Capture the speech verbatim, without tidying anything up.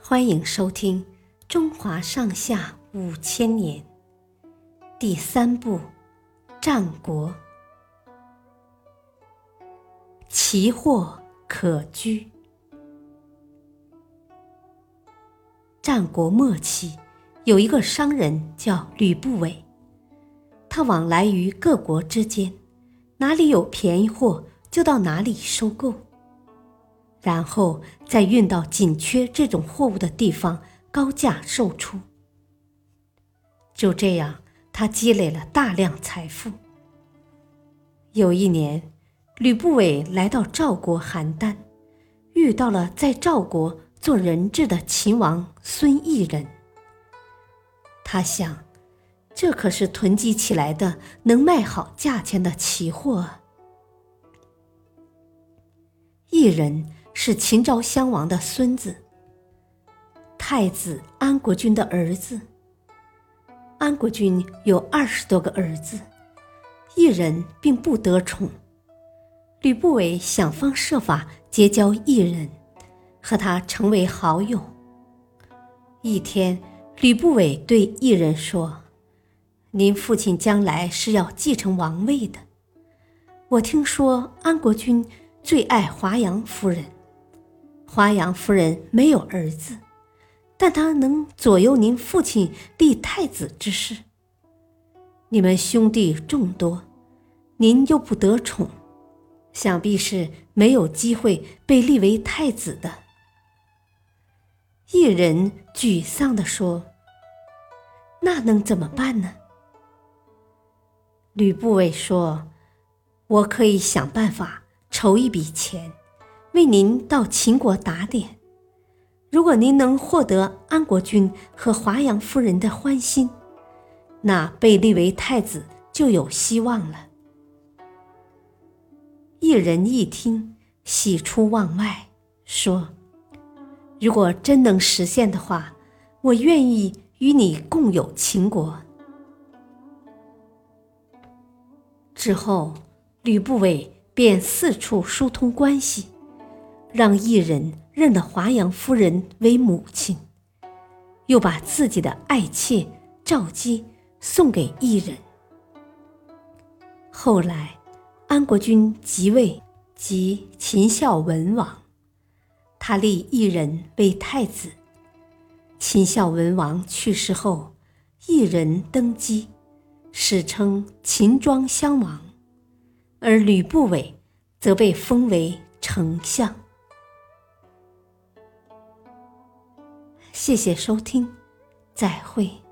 欢迎收听《中华上下五千年》第三部《战国》。奇货可居。战国末期，有一个商人叫吕不韦，他往来于各国之间，哪里有便宜货就到哪里收购，然后再运到紧缺这种货物的地方高价售出。就这样，他积累了大量财富。有一年，吕不韦来到赵国邯郸，遇到了在赵国做人质的秦王孙异人。他想，这可是囤积起来的能卖好价钱的奇货啊。异人是秦昭襄王的孙子，太子安国君的儿子。安国君有二十多个儿子，异人并不得宠。吕不韦想方设法结交异人，和他成为好友。一天，吕不韦对异人说：“您父亲将来是要继承王位的。我听说安国君最爱华阳夫人，华阳夫人没有儿子，但她能左右您父亲立太子之事。你们兄弟众多，您又不得宠，想必是没有机会被立为太子的。”异人沮丧地说：“那能怎么办呢？”吕不韦说：“我可以想办法筹一笔钱，为您到秦国打点。如果您能获得安国君和华阳夫人的欢心，那被立为太子就有希望了。”异人一听，喜出望外，说：“如果真能实现的话，我愿意与你共有秦国。”之后，吕不韦便四处疏通关系，让异人认了华阳夫人为母亲，又把自己的爱妾赵姬送给异人。后来，安国君即位，即秦孝文王，他立异人为太子。秦孝文王去世后，异人登基，史称秦庄襄王，而吕不韦则被封为丞相。谢谢收听，再会。